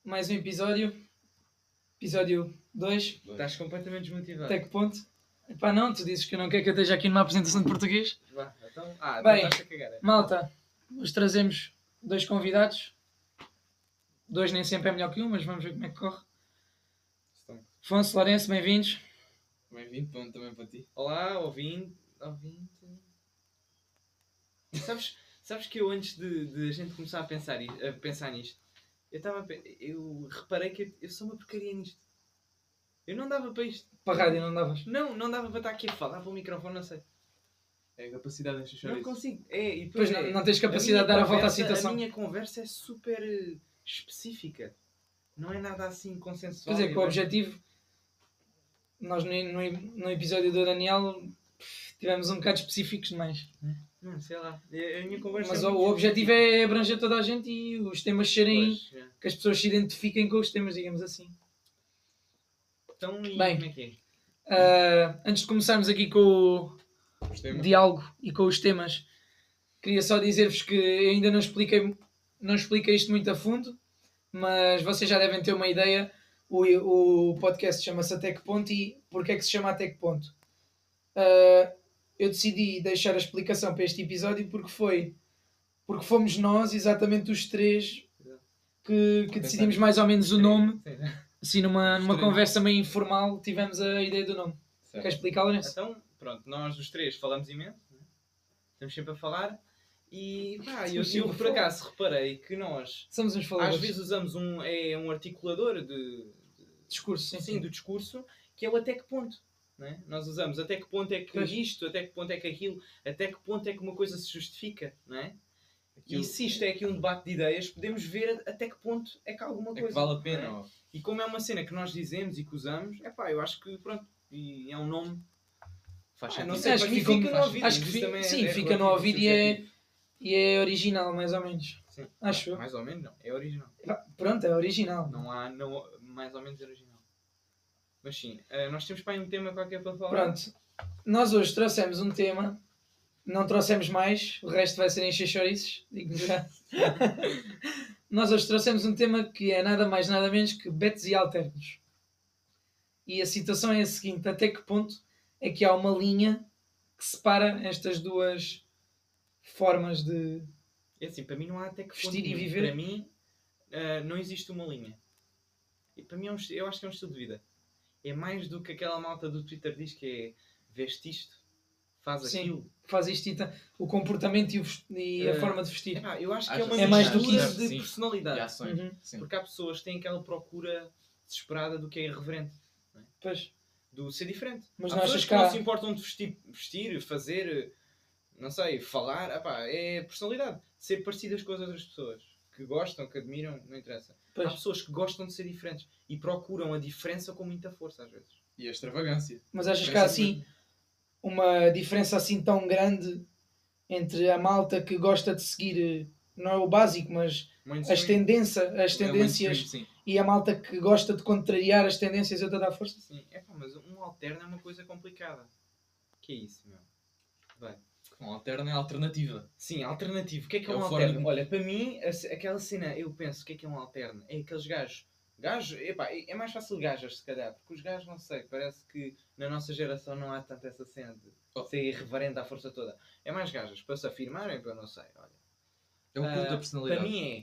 mais um episódio. Episódio 2. Estás completamente desmotivado. Até que ponto? Epá, não, tu dizes que não quer que eu esteja aqui numa apresentação de português. Vá, então... Bem, estás a cagar. Malta, hoje trazemos 2 convidados. 2 nem sempre é melhor que um, mas vamos ver como é que corre. Afonso, Lourenço, bem-vindos. Bem-vindo, bom também para ti. Olá, ouvinte. Sabes que eu antes de a gente começar a pensar nisto, eu reparei que eu sou uma porcaria nisto. Eu não dava para isto. Para a rádio não davas? Não dava para estar aqui a falar para o microfone, não sei. É a capacidade de encher Não consigo. E Pois não tens capacidade de dar a volta à situação. A minha conversa é super específica. Não é nada assim consensual. Quer dizer, que o objetivo... Nós no episódio do Daniel tivemos um bocado específicos demais. Não, sei lá. A minha conversa Mas é o objetivo é abranger toda a gente e os temas serem... Pois, é. Que as pessoas se identifiquem com os temas, digamos assim. Então, e Bem, como é que é? Antes de começarmos aqui com o diálogo e com os temas, queria só dizer-vos que eu ainda não expliquei isto muito a fundo, mas vocês já devem ter uma ideia. O podcast chama-se Até Que Ponto e porquê é que se chama Até Que Ponto? Eu decidi deixar a explicação para este episódio porque fomos nós, exatamente os três, que decidimos mais ou menos o nome. Sim. Assim, numa conversa meio informal, tivemos a ideia do nome. Certo. Queres explicar, Lourenço? Então, pronto, nós os três falamos imenso, né? Estamos sempre a falar e eu por acaso reparei que nós Somos uns faladores. às vezes usamos um articulador de Discurso, sim, do discurso, que é o até que ponto. Né? Nós usamos até que ponto é que isto, até que ponto é que aquilo, até que ponto é que uma coisa se justifica, não é? E se isto é aqui um debate de ideias, podemos ver até que ponto é que alguma coisa que vale a pena. não é? E como é uma cena que nós dizemos e que usamos, eu acho que pronto, e é um nome. Faz não sentido. sei, Acho para que mim fica fica no ouvido. Acho que Isto também sim, é fica no relativo, ouvido subjetivo. e é original, mais ou menos. Sim. Acho eu. Mais ou menos não, é original. Pronto, é original. Não há mais ou menos original. Mas sim, nós temos para aí um tema qualquer para falar. Pronto, nós hoje trouxemos um tema, não trouxemos mais, o resto vai ser encher chouriços, digo já. Nós hoje trouxemos um tema que é nada mais nada menos que betos e alternos. E a situação é a seguinte: até que ponto é que há uma linha que separa estas duas formas de É assim, para mim não há até que vestir ponto e nenhum. viver? Para mim não existe uma linha. E para mim eu acho que é um estilo de vida. É mais do que aquela malta do Twitter diz que é veste isto, faz aquilo. Faz isto o comportamento e a forma de vestir. Eu acho que é uma É mais do que mistura isso. de Sim. personalidade. E ações. Uhum. Sim. Porque há pessoas que têm aquela procura desesperada do que é irreverente. Não é? Pois. Do ser diferente. Mas Há não pessoas achas que que não há... se importam de vestir, fazer, não sei, falar. É personalidade. Ser parecidas com as outras pessoas. Que gostam, que admiram, não interessa. Pois. Há pessoas que gostam de ser diferentes e procuram a diferença com muita força às vezes. E a extravagância. Mas achas que há assim uma diferença assim tão grande entre a malta que gosta de seguir, não é o básico, mas as tendências Sim. e a malta que gosta de contrariar as tendências a toda a força? Sim, mas um alterno é uma coisa complicada. Que é isso, meu? Vai. Um alterno é alternativa. Sim, alternativo. O que é É um o alterno? fora de- Olha, para mim, aquela cena, eu penso, o que é um alterno? É aqueles gajos. Gajos, é mais fácil gajas, se calhar, porque os gajos, não sei, parece que na nossa geração não há tanto essa cena de ser irreverente à força toda. É mais gajas, para se afirmarem, para eu não sei, olha. É o culto da personalidade. Para mim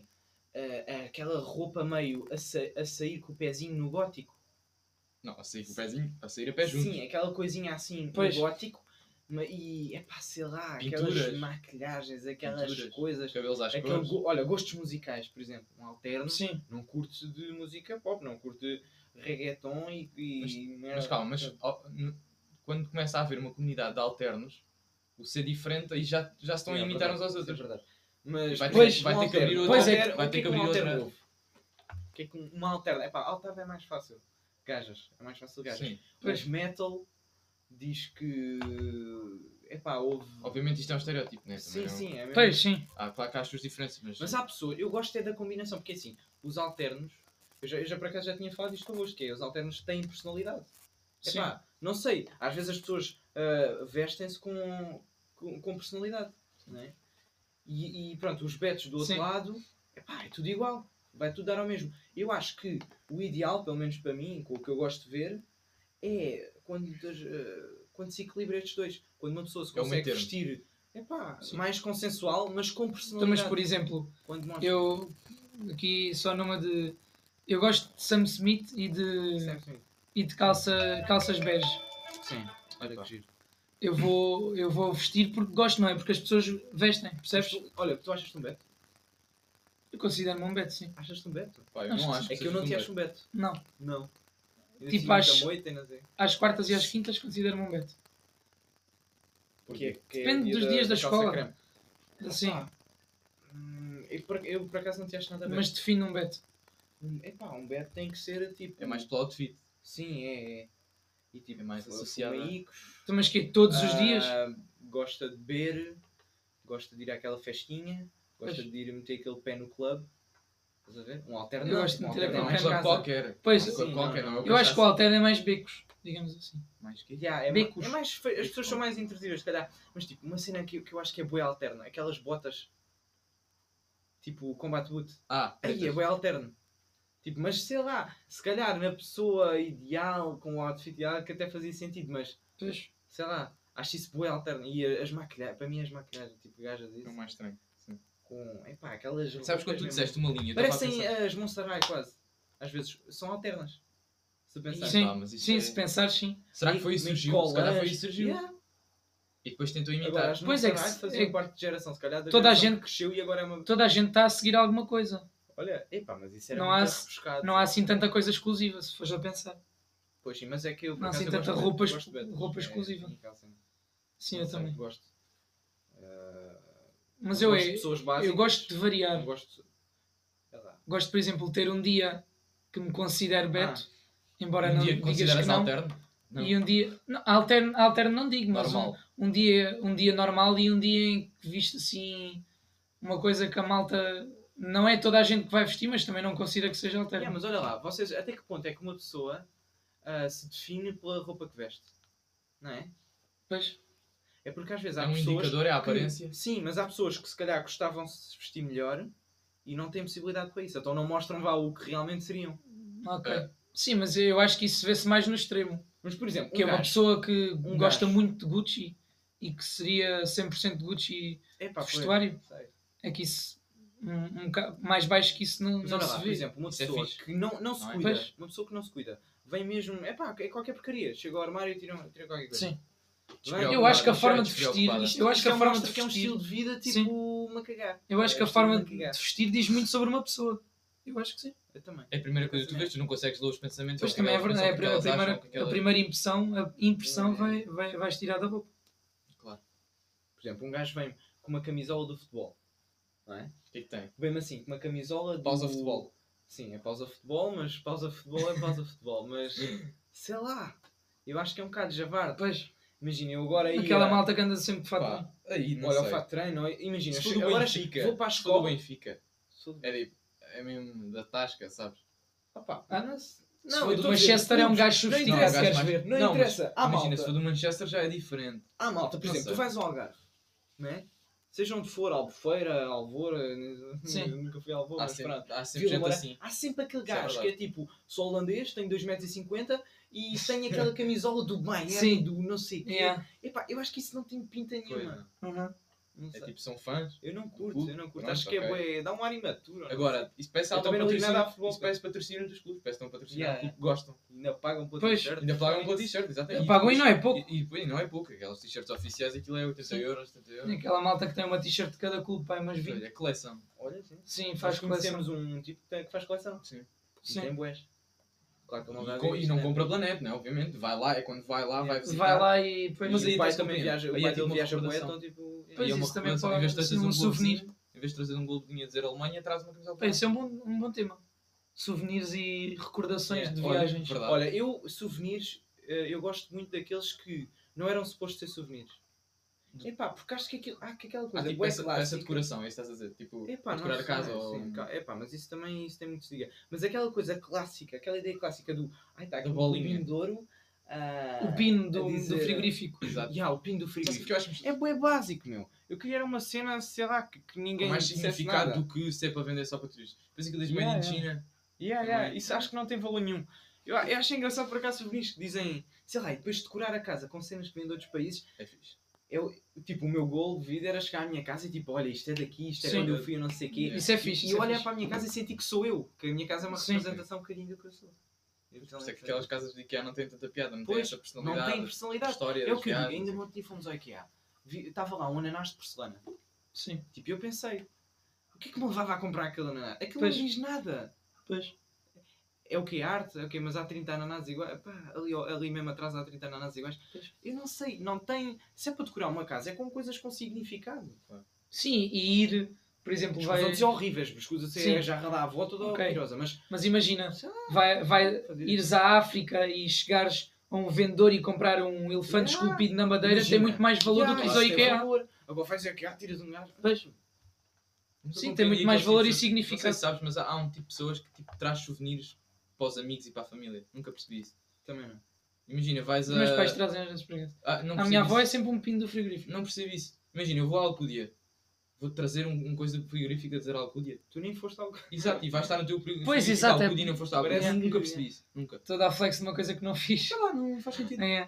é aquela roupa meio a sair com o pezinho no gótico. Não, a sair com o pezinho, a sair a pé juntos. Sim, aquela coisinha assim Pois. no gótico. E sei lá, Pinturas. aquelas maquilhagens, aquelas Pinturas. coisas. Cabelos às Aquele cores. olha, gostos musicais, por exemplo. Um alterno Sim. não curte de música pop, não curte reggaeton Mas calma, quando começa a haver uma comunidade de alternos, o ser diferente aí já se estão a imitar uns aos outros. É verdade. Mas Vai ter- vai ter que abrir outra- Pois é, vai ter que abrir outra- O que é que uma alterna? Alterna é mais fácil. Gajas. É mais fácil gajas. Sim. Mas metal diz que... houve... Obviamente isto é um estereótipo, né? Sim, Também não- sim. É mesmo. Pois, sim. Claro que há as suas diferenças, Mas há pessoas... Eu gosto é da combinação. Porque assim, os alternos... Eu já por acaso já tinha falado isto convosco. Que é, os alternos têm personalidade. Sim. Não sei. Às vezes as pessoas vestem-se com personalidade. Não é? E pronto, os betos do outro Sim. lado... é tudo igual. vai tudo dar ao mesmo. Eu acho que o ideal, pelo menos para mim, com o que eu gosto de ver, é quando se equilibra estes dois. Quando uma pessoa se consegue vestir mais consensual, mas com personalidade. Então, mas por exemplo, eu aqui só numa de... Eu gosto de Sam Smith e de calças bege. Sim, olha que giro. Eu vou vestir porque gosto, não é? Porque as pessoas vestem, percebes? Olha, tu achas-te um Beto? Eu considero-me um Beto, sim. Achas-te um Beto? Pá, eu não acho. É que eu não te acho um Beto. Não. Tipo, às quartas e às quintas considero-me um Beto. Depende dos dias da escola. Sim. Eu por acaso não te acho nada Beto. Mas define um Beto. Um Beto tem que ser tipo... É mais pelo outfit. Sim, é. E tipo, é mais associado. Então, mas que todos os dias? Gosta de beber, gosta de ir àquela festinha, gosta de ir meter aquele pé no clube. Estás a ver? Um alternante. Eu gosto de meter aquele pé no clube qualquer. Pois, eu acho que o alterno é mais becos, digamos assim. Mais que? Becos. É mais, as pessoas são mais intrusivas, se calhar. Mas tipo, uma cena que eu acho que é bué alterna, aquelas botas, tipo, combat boot. Aí é bué alterno. Tipo, mas sei lá, se calhar na pessoa ideal, com o outfit ideal, que até fazia sentido, mas pois, sei lá, acho isso bué alterno. E as maquilhagens, para mim as maquilhagens, tipo, gajas disso. É o mais estranho, sim. Com, aquelas... Sabes quando tu disseste uma linha? Parecem as Monster High quase. Às vezes são alternas. Se pensar. Sim, se pensar, sim. Será que foi isso que surgiu? Se calhar foi isso que surgiu. E depois tentou imitar. Agora, as Monster High faziam parte de geração, se calhar, da toda geração a gente cresceu e agora é uma... Toda a gente está a seguir alguma coisa. Olha, mas isso era não muito rebuscado. Não há assim tanta coisa exclusiva, se fores a pensar. Pois sim, mas é que eu... Não há assim tanta roupa exclusiva. Sim, eu também. Gosto. Mas eu gosto de variar. Gosto, por exemplo, de ter um dia que me considero Beto, embora não digas que não. Alterno? Não. E um dia... Não, alterno não digo, mas um dia normal e um dia em que visto assim uma coisa que a malta... Não é toda a gente que vai vestir, mas também não considero que seja alterno. Mas olha lá, vocês, até que ponto é que uma pessoa se define pela roupa que veste? Não é? Pois. É porque às vezes há pessoas... indicador, é a aparência. Sim, mas há pessoas que se calhar gostavam de se vestir melhor e não têm possibilidade para isso. Então não mostram o que realmente seriam. Ok. Sim, mas eu acho que isso vê-se mais no extremo. Mas por exemplo, que é uma pessoa que gosta muito de Gucci e que seria 100% de Gucci vestuário. É que isso... um bocado mais baixo que isso não se vê. Por exemplo, uma pessoa que não se cuida, uma pessoa que não se cuida, vem mesmo, é qualquer porcaria, chega ao armário e tira qualquer coisa. Sim. Eu acho que a forma de vestir, eu acho que a forma de vestir é um estilo de vida tipo uma cagar. Eu acho que a forma de vestir diz muito sobre uma pessoa. Eu acho que sim. Eu também. É a primeira coisa que tu vês, tu não consegues ler os pensamentos. Pois também é verdade, a primeira impressão vais tirar da roupa. Claro. Por exemplo, um gajo vem com uma camisola do futebol. Não é? O que é que tem? Vem-me assim, com uma camisola pausa futebol. Sim, é pausa futebol, mas pausa futebol é pausa futebol. Mas, sei lá, eu acho que é um bocado javarde. Pois. Imagina, eu agora aí... Aquela malta que anda sempre de fato treino. Aí, não olha, sei. o fato treino, imagina, agora vou para a escola... do Benfica. É mesmo da tasca, sabes? Se for do Manchester é um gajo sofisticado, queres ver? Não interessa. Imagina, se for do Manchester já é diferente. Malta, por exemplo, tu vais ao Algarve, não é? Seja onde for, Albufeira, Alvora, nunca fui a Alvora, mas pronto. Há sempre gente assim. Há sempre aquele gajo que é tipo, sou holandês, tem 2,50 m e tem aquela camisola do Miami, do não sei o quê. Epá, eu acho que isso não tem pinta nenhuma. É tipo, são fãs. Eu não curto. Acho que é bué, dá um ar imaturo. Agora, isso parece patrocínio dos clubes. Parece que estão patrocinando porque gostam. Ainda pagam pela t-shirt. Ainda pagam pela t-shirt, exatamente. Pagam e não é pouco. E não é pouco. Aquelas t-shirts oficiais, aquilo é 80 euros, 70 euros. Aquela malta que tem uma t-shirt de cada clube, pai, mas 20. É coleção. Olha, sim, faz coleção. Temos um tipo que faz coleção. Sim. E tem bués. Claro que e não compra pela net, né? Obviamente. Vai lá, é quando vai lá, vai visitar. Vai lá e depois... Mas aí o pai também viaja, o pai dele viaja bué, então tipo... Pois isso também pode ser um souvenir. Em vez de trazer um globinho a dizer Alemanha, traz uma camisola. Esse é um bom tema. Souvenirs e recordações de viagens. Olha, souvenirs, eu gosto muito daqueles que não eram supostos ser souvenirs. Epá, porque acho que aquela coisa tipo essa decoração, é isso que estás a dizer? Tipo, decorar a casa ou... Epá, mas isso tem muito que se diga. Mas aquela coisa clássica, aquela ideia clássica do... está aqui um bolinha de ouro, O pino a do dizer- frigorífico. Exato. O pino do Sabe o frigorífico. que eu acho É bué básico, meu. Eu queria uma cena, sei lá, que ninguém com mais dissesse significado nada. do que se é para vender só para turistas. Depois aquilo diz Yeah, Made in yeah. China. Também. Isso acho que não tem valor nenhum. Eu acho engraçado por acaso souvenirs que dizem, sei lá, e depois de decorar a casa com cenas que vêm de outros países, É fixe. tipo, o meu goal de vida era chegar à minha casa e tipo, olha, isto é daqui, isto é Sim. quando eu fui, eu não sei o quê. Isso é fixe. E isso eu é olhar fixe. para a minha casa e senti que sou eu, que a minha casa é uma Sim. representação um bocadinho do que eu sou. Por isso é que aquelas casas de IKEA não têm tanta piada, não têm Pois, essa não personalidade. tem personalidade. História É o das que eu digo, viagens. ainda no outro dia fomos ao IKEA. Estava lá um ananás de porcelana. Sim. Tipo, eu pensei, o que é que me levava a comprar aquele ananás? Aquilo Pois. não diz nada. Pois. É o que? Arte? É o quê? Mas há 30 ananases iguais. Pá, ali mesmo atrás há 30 ananases iguais. Pois. Eu não sei, não tem. Se é para decorar uma casa, é com coisas com significado. Sim, e ir, por exemplo, vai. Escusam de ser horríveis, escusa de Sim. ser a jarra da avó toda Ok. horrorosa, mas. Mas imagina, sei lá, vai fazer ires à África e chegares a um vendedor e comprar um elefante Yeah. esculpido na madeira Imagina. tem muito mais valor do que isso ir ao tem IKEA. valor. Agora vais ao IKEA, tiras um gajo. Pois. Nunca Sim, tem compreendi muito mais aqueles valor e tipos de- Não sei significado. se sabes, mas há um tipo de pessoas que tipo, traz souvenirs para os amigos e para a família. Nunca percebi isso. Também não. Imagina, vais Os a. meus pais trazem às vezes para casa. Não A percebo minha avó é isso. sempre um pino do frigorífico. Não percebo isso. Imagina, eu vou à Alcúdia. Vou trazer um coisa frigorífica a dizer Alcúdia. Tu nem foste algo. Exato, e vais estar no teu frigorífico. Pois, exato, é- Alcúdia e não foste à Alcúdia. Parece Nunca que- percebi isso. Nunca. Estou a dar flex de uma coisa que não fiz. Sei lá, não faz sentido. É.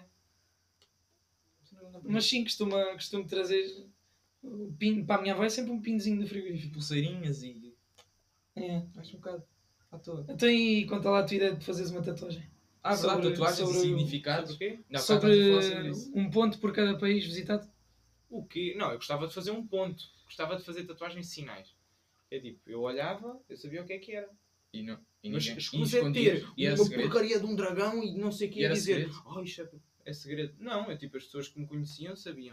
Mas sim, costumo trazer o pino. Para a minha avó é sempre um pinozinho do frigorífico. Pulseirinhas e. É. Acho um bocado. À toa. Então e conta lá a tua ideia de fazeres uma tatuagem. Ah, verdade, Sobre- tatuagens sobre e o- significados. Sobre o quê? Não, Sobre estás a falar sobre isso. um ponto por cada país visitado. O quê? Não, eu gostava de fazer um ponto. Gostava de fazer tatuagens sinais. É tipo, eu olhava, eu sabia o que é que era. E não. E Mas ninguém. escusa E é ter escondido. E era uma segredo. porcaria de um dragão e não sei o que E era dizer. segredo? Oh, isto é segredo. Não, é tipo, as pessoas que me conheciam sabiam.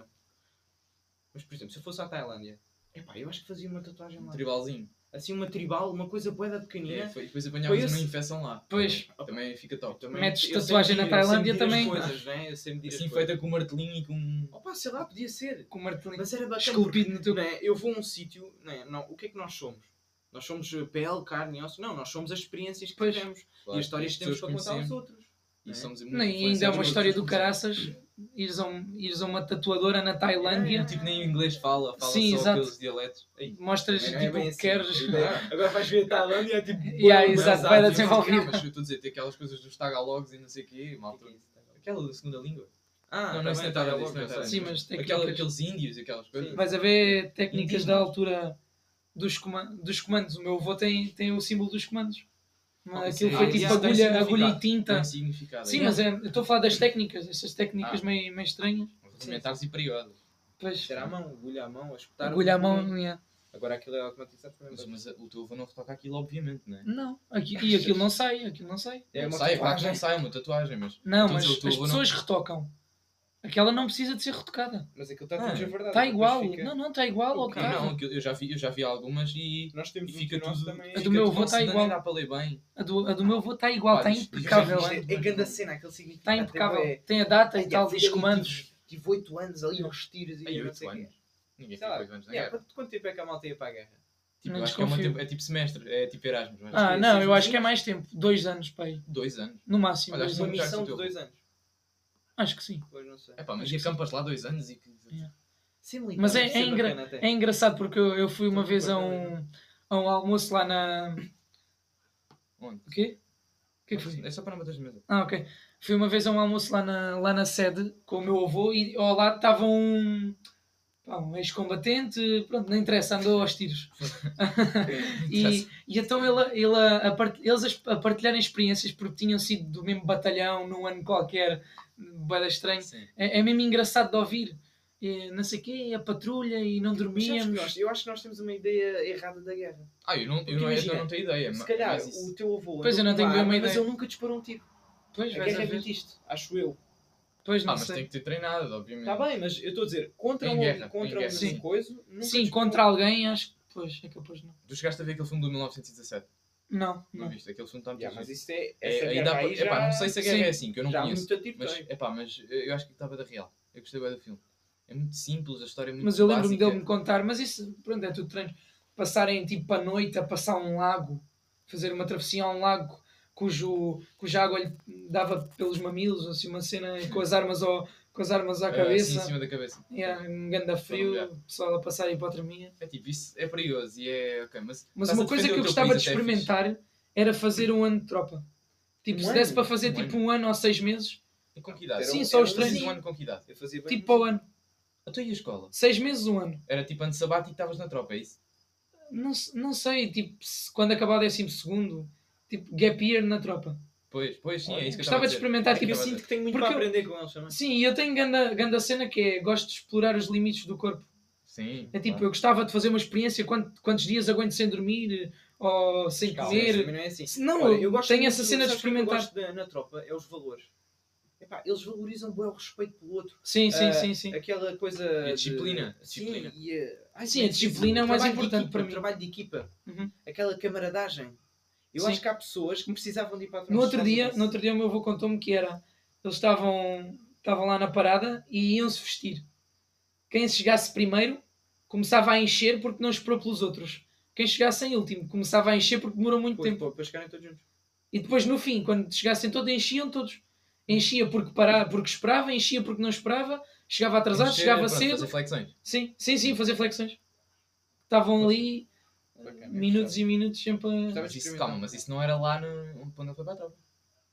Mas, por exemplo, se eu fosse à Tailândia, epá, eu acho que fazia uma tatuagem Um lá. tribalzinho. Assim, uma tribal, uma coisa boeda pequenina. É, depois apanhavas Foi uma esse- infecção lá. Pois. Também fica top. Também- Metes eu sei tatuagem na medir, eu sei Tailândia medir as também. coisas, né? Eu sei medir Assim as feita coisas. com um martelinho e com. Opa, sei lá, podia ser. Com o martelinho Mas era bacana. esculpido no teu. Não é? Eu vou a um sítio, não é? Não, o que é que nós somos? Nós somos pele, carne e osso? Não, nós somos as experiências que Pois. tivemos. Claro, e as histórias as que temos pessoas para contar aos conhecemos. outros. E É. somos muito Não, e ainda é uma influenciados história pelos do que caraças. Ires a uma tatuadora na Tailândia, conhecemos. Tipo, nem o inglês fala Sim, só exato. aqueles dialetos. Ei, mostras Não é tipo bem o assim. que queres. Agora vais ver a Tailândia e é tipo. Yeah, exato, vai dar não, desenvolvido. mas eu estou a dizer, tem aquelas coisas dos tagalogs e não sei o quê, malta. Aquela da segunda língua. Ah, Não, não é também, Tailândia, logo, isso não é eu sei. Tailândia. Sim, mas Aqueles índios e aquelas coisas. Sim. Vais a ver técnicas Indígenas. da altura dos comandos. O meu avô tem o símbolo dos comandos. Aquilo Sim. foi Ah, tipo isso tem agulha e significado. tinta. Tem significado. Sim, é. mas eu estou a falar das técnicas, essas técnicas meio estranhas. Rudimentares e periódicos. Pois, Era à mão, agulha à mão, a espetar. agulha à o mão, volume. yeah. Agora aquilo é automatizado também. Mas o teu avô não retoca aquilo, obviamente, não é? Não, e aquilo não sai, É Não uma sai, é claro que tatuagem. não sai, é uma tatuagem, mas. Não, Estou a mas dizer, o teu as avô pessoas retocam. Aquela não precisa de ser retocada. Mas aquilo está tudo Ah, já verdade. Está depois igual. fica- Não, está igual ao que Não, estava. não, aquilo- eu já vi algumas e Nós temos e fica um nosso tudo. também. A do meu avô não está se dá igual. nem dá para ler bem. A do meu avô está igual, Pá, está isto- impecável. isto É grande a cena, aquele significado. Está impecável. É- Tem a data e Ai, tal, fui diz ali, comandos. Tive 8 anos ali aos tiros e Ai, não 8 sei o quê. anos. Ninguém Sei fica lá, 8 anos na yeah, guerra. quanto tempo é que a malta ia para a guerra? Tipo, Não acho que é, desconfio. é tipo semestre, é tipo Erasmus. Mas Ah, que não, é eu acho que é 6 mais tempo. 2 anos, pai. 2 anos. No máximo. Olha, dois acho Uma anos. já missão que de eu- 2 anos. Acho que sim. Pois não sei. É pá, mas Acho e que sim. acampas lá 2 anos e. Yeah. Ser militar Mas deve ser bacana até. é engraçado porque eu fui uma Tô vez a bacana. um almoço lá na. Onde? O quê? O que é que foi? É só para não bater as mesas. Ah, ok. Fui uma vez a um almoço lá na sede com o meu avô e ao lado estava um ex-combatente, pronto, não interessa, andou aos tiros. e então eles a partilharem experiências porque tinham sido do mesmo batalhão num ano qualquer, bem estranho. Sim. É mesmo engraçado de ouvir. E, não sei o quê, a patrulha e não Mas sabes que dormíamos. eu acho que nós temos uma ideia errada da guerra. Eu não imagina, tenho ideia. Se mas calhar isso- o teu avô Pois, eu andou não com tenho uma bem uma arma, mas ideia. ele nunca disparou um tiro. Pois, A vais guerra a é ver. muito isto, acho eu. Pois, não mas sei. tem que ter treinado, obviamente. Está bem, mas eu estou a dizer, contra Em um guerra, contra em guerra. um Sim. coisa, nunca Sim, disparou. contra alguém, acho que. Pois, é capaz de não. Tu chegaste a ver aquele filme do 1917? Não, Não não. viste? Aquele filme está muito Yeah, mas giro. isso essa Aí guerra dá para. aí já, Epá, não sei se a guerra Sim. é assim, que eu não já há conheço. muito tiro Mas, tem. mas eu acho que estava da real. Eu gostei bem do filme. É muito simples, a história é muito Mas eu lembro-me básica. dele me contar, mas isso, pronto, é tudo treino. Passarem tipo à noite a passar um lago, fazer uma travessia a um lago cuja água lhe dava pelos mamilos, assim, uma cena com as armas à cabeça. Sim, em cima da cabeça. Um ganda frio, o pessoal a passar a hipotermia. É tipo, isso é perigoso e é ok, mas uma coisa que eu gostava de experimentar era fazer um ano de tropa. Tipo, se desse para fazer tipo um ano ou 6 meses. E com que idade? Sim, só os treinos. Um ano com que idade? Eu fazia bem tipo para o ano. A tua e a escola? 6 meses, um ano. Era tipo ano sabático e estavas na tropa, é isso? Não sei, tipo, quando acabar o 12º, tipo, gap year na tropa. Pois, sim, é isso que eu gostava de experimentar. Tipo, eu sinto que tenho muito para aprender com eles também. Sim, eu tenho ganda cena que é, gosto de explorar os limites do corpo. Sim. É tipo, eu gostava de fazer uma experiência, quantos dias aguento sem dormir, ou sem comer. Não é assim. Não, olha, eu gosto tenho essa cena de experimentar. O que eu gosto na tropa é os valores. Epá, eles valorizam bem o respeito pelo outro. Sim. Aquela coisa. E a disciplina. Sim, a disciplina é o mais importante para mim. O trabalho de equipa. Uhum. Aquela camaradagem. Eu acho que há pessoas que precisavam de ir para a tropa. No outro dia o meu avô contou-me que era. Eles estavam lá na parada e iam-se vestir. Quem chegasse primeiro começava a encher porque não esperou pelos outros. Quem chegasse em último começava a encher porque demorou muito tempo. Para chegarem todos juntos. E depois no fim, quando chegassem todos, enchiam todos. Enchia porque esperava, enchia porque não esperava, chegava atrasado, chegava cedo. Fazer flexões. Sim, fazer flexões. Estavam ali minutos e minutos sempre a... Mas isso, calma, mas isso não era lá quando ele foi para a tropa.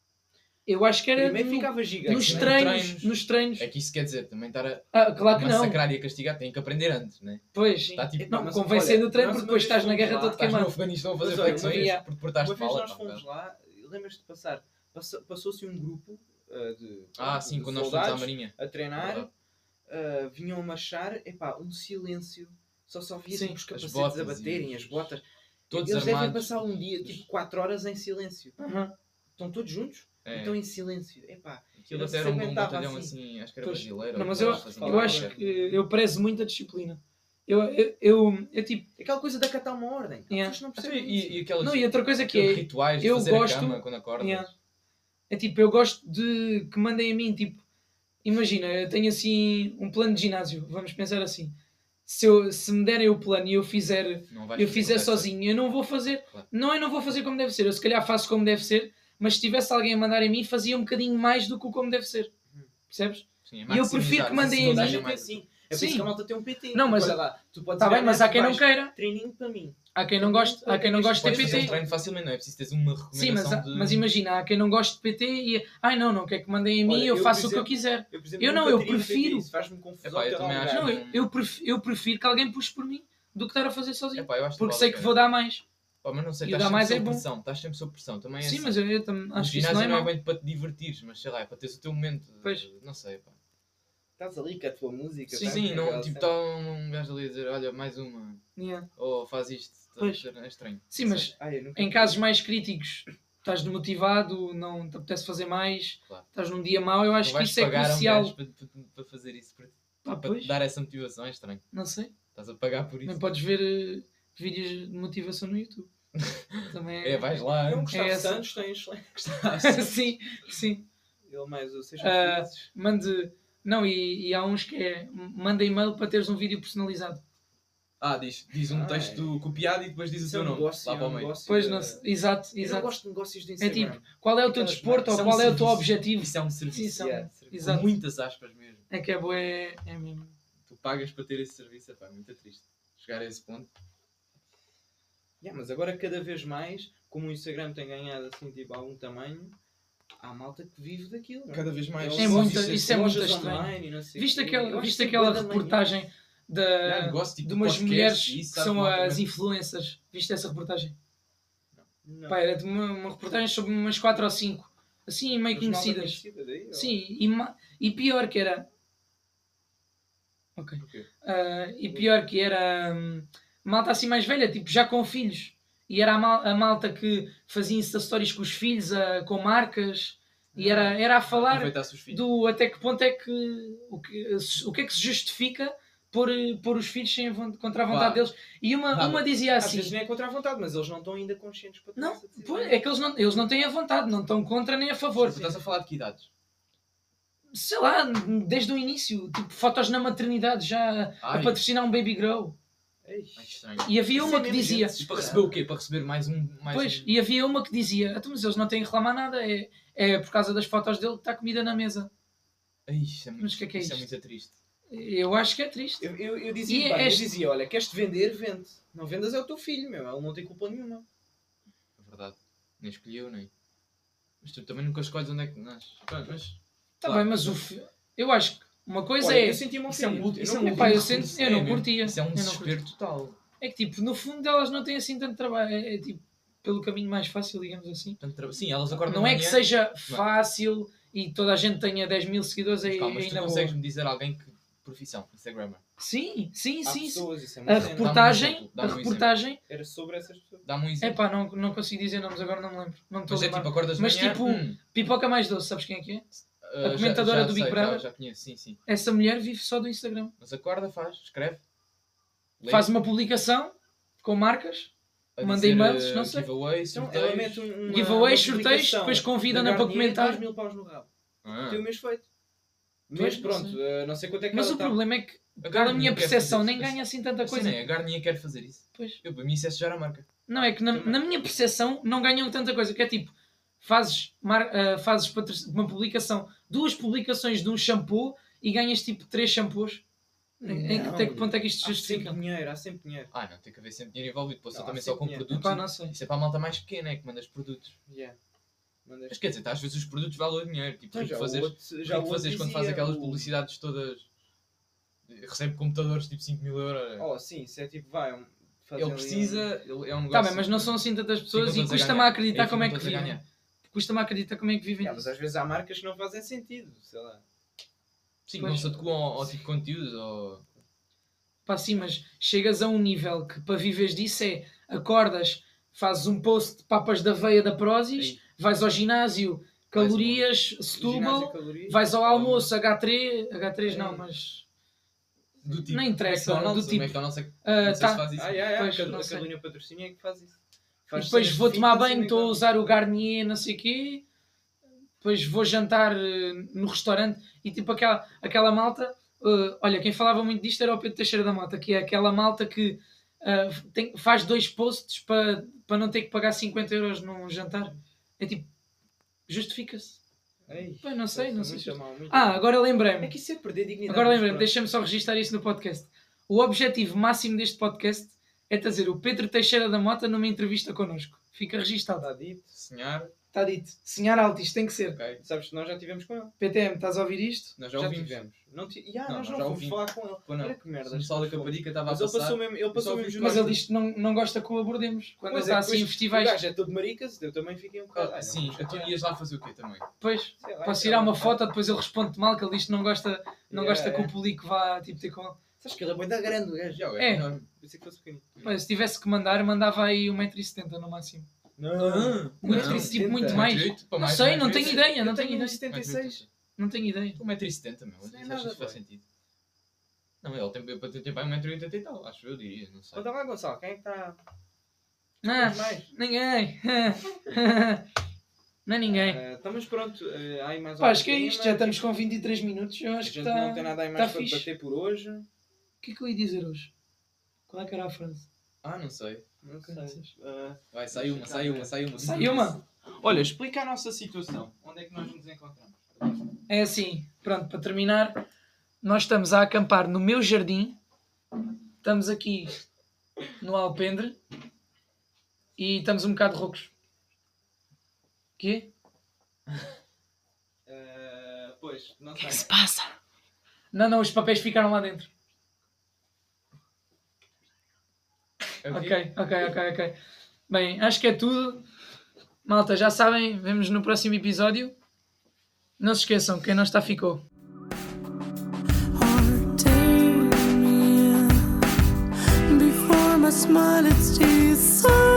Eu acho que era ficava gigante, nos treinos. É que isso quer dizer, também estar claro que massacrar e a castigar, tem que aprender antes, não é? Pois, está, tipo, não, convém ser no treino porque depois estás na guerra todo queimado. Estás no Afeganistão a fazer flexões porque portaste mal. Uma vez nós fomos lá, lembras-te de passar, passou-se um grupo sim, quando nós fomos à Marinha a treinar, vinham a marchar, um silêncio, só via os capacetes a baterem, as botas. Todos eles armados. devem passar um dia, tipo 4 horas em silêncio. Estão todos juntos? Estão em silêncio. Aquilo até era um batalhão assim, acho que era brasileiro. Não, mas eu acho que eu prezo muito a disciplina. Eu tipo... Aquela coisa de acatar uma ordem. Não percebem e outra coisa que é... rituais de fazer a cama quando acordas. É tipo, eu gosto de que mandem a mim, tipo... Imagina, eu tenho assim um plano de ginásio. Vamos pensar assim. Se me derem o plano e eu fizer sozinho, eu não vou fazer. Claro. Não, eu não vou fazer como deve ser. Eu se calhar faço como deve ser, mas se tivesse alguém a mandar em mim, fazia um bocadinho mais do que como deve ser. Percebes? Sim, e eu prefiro que mandem a mim. Assim. É por isso que a malta tem um PT. Não, mas está bem, mas há quem não queira. Treininho para mim. Há quem não goste de PT. Fazer um treino facilmente, não é preciso teres uma recomendação. Sim, mas imagina, há quem não goste de PT e não quer que mandem a mim, eu faço o que eu quiser. Eu prefiro. Isso faz-me confusão. Eu prefiro que alguém puxe por mim do que estar a fazer sozinho. Porque sei que vou vou dar mais. Mas não sei, estás sempre sob pressão. Estás sempre sob pressão. Também é sim, assim. Mas eu também acho que isso não é bem para te divertires, mas sei lá, é para teres o teu momento. Pois. Não sei, pá. Estás ali com a tua música. Sim, não, tipo, está um gajo ali a dizer, olha, mais uma. Ou faz isto. É estranho. Sim, mas em casos mais críticos, estás desmotivado, não te apetece fazer mais, estás num dia mau, eu acho que isso é crucial. Para fazer isso, para te dar essa motivação, é estranho. Não sei. Estás a pagar por isso. Nem podes ver vídeos de motivação no YouTube. Também vais lá. Não, Gustavo Santos tens. Sim. Ele mais o mande. Não, e há uns que é manda e-mail para teres um vídeo personalizado. Diz um texto copiado e depois diz o teu nome. Lá para o meio. Pois não, exato. Eu não gosto de negócios de Instagram. É tipo, qual é o teu desporto ou qual é o teu objetivo? Isso é um serviço. Exato. Com muitas aspas mesmo. É que é mesmo. Tu pagas para ter esse serviço, é muito triste. Chegar a esse ponto. Mas agora cada vez mais, como o Instagram tem ganhado assim, tipo, algum tamanho, há malta que vive daquilo. Não? Cada vez mais. Isso é muito estranho. Viste aquela reportagem de umas mulheres que são as influencers? Viste essa reportagem? Não. Pá, era de uma reportagem sobre umas 4 ou 5. Assim, meio conhecidas. Daí, sim, e pior que era... Ok. E pior que era... malta assim mais velha, tipo, já com filhos. E era a malta que fazia Insta Stories com os filhos, com marcas. E era a falar do até que ponto é que... O que é que se justifica pôr os filhos contra a vontade deles. E uma dizia assim... Às vezes nem é contra a vontade, mas eles não estão ainda conscientes para ter não, essa decisão. É que eles não têm a vontade, não estão contra nem a favor. Mas estás a falar de que idades? Sei lá, desde o início. Tipo, fotos na maternidade já a patrocinar um baby grow. Mais estranho. E havia uma que dizia... E para receber o quê? Para receber mais um... E havia uma que dizia, mas eles não têm que reclamar nada, é por causa das fotos dele que está comida na mesa. Isso é Mas o que é isso isto? é muito triste. Eu acho que é triste. Eu dizia, olha, queres-te vender, vende. Não vendas é o teu filho, meu. Ele não tem culpa nenhuma. É verdade. Nem escolhi eu, nem. Mas tu também nunca escolhes onde é que nasces. Mas... Tá bem, mas eu acho que uma coisa Olha, é... eu sentia-me Isso é um ofendido. isso é um eu não curtia. Isso é um Eu não desespero total. É que tipo, no fundo elas não têm assim tanto trabalho. É tipo, pelo caminho mais fácil, digamos assim. Sim, elas acordam Não é de que manhã, seja fácil e toda a gente tenha 10 mil seguidores mas aí calma, mas tu ainda boa. consegues-me dizer alguém que... Profissão, Instagrammer. Sim. Há pessoas, isso é A uma cena. reportagem... Era sobre essas pessoas. Dá-me um exemplo. Epá, não consigo dizer nomes, agora não me lembro. Não me estou a Mas é lembrar. tipo, acordas de Mas manhã... tipo, Pipoca Mais Doce, sabes quem é que é? A comentadora do Big Brother. Já conheço, sim. Essa mulher vive só do Instagram. Mas acorda, escreve. Lê, Faz uma publicação com marcas, a manda dizer, e-mails, não sei. giveaways, Então, sorteios. ela mete Giveaways, uma sorteios, publicação depois convida-na da para Garnier, comentar. 2 mil paus no rabo. Ah. Tem o mês feito. Pois, Mas não pronto, não sei quanto é que Mas ela o problema é que, A pela Garnier minha quer percepção, fazer nem isso. ganha assim tanta coisa. Sim, a Garnier quer fazer isso. Pois. Para mim isso é sujar a marca. Não, é que na minha percepção não ganham tanta coisa. Que é tipo, fazes uma publicação, 2 publicações de um shampoo e ganhas tipo 3 shampoos. Até que ponto é que isto justifica? Há sempre dinheiro. Não, tem que haver sempre dinheiro envolvido. Posso Não, também há só com sempre dinheiro. produtos. Epá, não sei. Isso é para a malta mais pequena, é que mandas produtos. Yeah. Mas quer dizer, às vezes os produtos valem dinheiro. Tipo, Então, rico já o outro fazes quando dizia, faz aquelas publicidades todas. Recebe computadores tipo 5 mil euros. Oh, sim, isso é tipo, fazer Ele ali precisa, ele é um negócio. Tá bem, mas não são assim tantas pessoas e custa-me a acreditar como é que vivem. vivem. Custa-me a acreditar como é que vivem. Mas às vezes há marcas que não fazem sentido, sei lá. Sim, Pois. não se adequam ao tipo de conteúdos. Ou... Pá, sim, mas chegas a um nível que para viveres disso é acordas, fazes um post de papas da aveia da Prozis, vais ao ginásio, calorias, Setúbal, vais ao almoço, H3 não, mas Do tipo, não interessa, McDonald's, do tipo, o McDonald's é que não sei tá. se faz isso. Pois, A não sei. Cadunha Patrocínio é que faz isso. E Faz depois cenas vou tomar fitness banho, e estou a McDonald's. usar o Garnier, não sei o quê, depois vou jantar no restaurante e tipo aquela malta, olha, quem falava muito disto era o Pedro Teixeira da Mota, que é aquela malta que faz 2 posts para não ter que pagar 50 euros num jantar. É tipo, justifica-se. Ei, Pois, não sei muito se mal, muito agora mal. lembrei-me. É que isso é perder dignidade. Agora mas lembrei-me, pronto. deixa-me só registrar isso no podcast. O objetivo máximo deste podcast é trazer o Pedro Teixeira da Mota numa entrevista connosco. Fica registado. Está dito. Senhor, Está dito. Senhor Altis, tem que ser. ok. Sabes que nós já tivemos com ele. PTM, estás a ouvir isto? Nós já Já ouvimos. tivemos. Não, nós Não, não nós já fomos ouvimos. falar com ele. Pô, não. Olha que merda. O pessoal da Caparica estava a Mas ele passar. passou mesmo. Ele passou só mesmo vi- Mas junto. ele diz que não gosta que o abordemos. Quando Pois ele está é, assim depois em festivais. O gajo é todo maricas, eu também fiquei um bocado. Ah, sim, tu ias lá fazer o quê também? Depois, Sei lá, posso sei tirar lá. uma foto, depois ele responde mal, que ele diz que não gosta que o Yeah. público vá tipo, ter com ele. Sabes que ele é muito grande, o gajo. Já, É. enorme. Pensei que fosse pequenino. Pá, se tivesse que mandar, mandava aí 1,70m no máximo. Não. Muito, Não. tipo, muito mais. 1,78 para Não mais, sei, mais não vezes. tenho ideia, não Eu tenho tenho ideia. 76. Não tenho ideia. 1,70m, meu. Isso não é Isso nada, acho que faz pá. sentido. Não, ele tem para ter 1,80m e tal, acho eu, diria, não sei. Conta lá, Gonçalo, quem é que está? Não, mais? ninguém. Não é ninguém. Então, mas pronto, há aí mais Pá, acho que é algum isto, tema? já estamos com 23 minutos. Eu A acho que gente está não tem nada aí tá mais para fixe. bater por hoje. O que é que eu ia dizer hoje? Qual é que era a frase? Não sei. Não sei. Vai, sai uma. Sai uma. Olha, explica a nossa situação. Onde é que nós nos encontramos? É assim, pronto, para terminar, nós estamos a acampar no meu jardim. Estamos aqui no alpendre e estamos um bocado roucos. Quê? Pois, não O que é sei. que se passa? Não, os papéis ficaram lá dentro. Ok. Bem, acho que é tudo. Malta, já sabem, vemos no próximo episódio. Não se esqueçam, quem não está ficou. Before my smile, it's Jesus.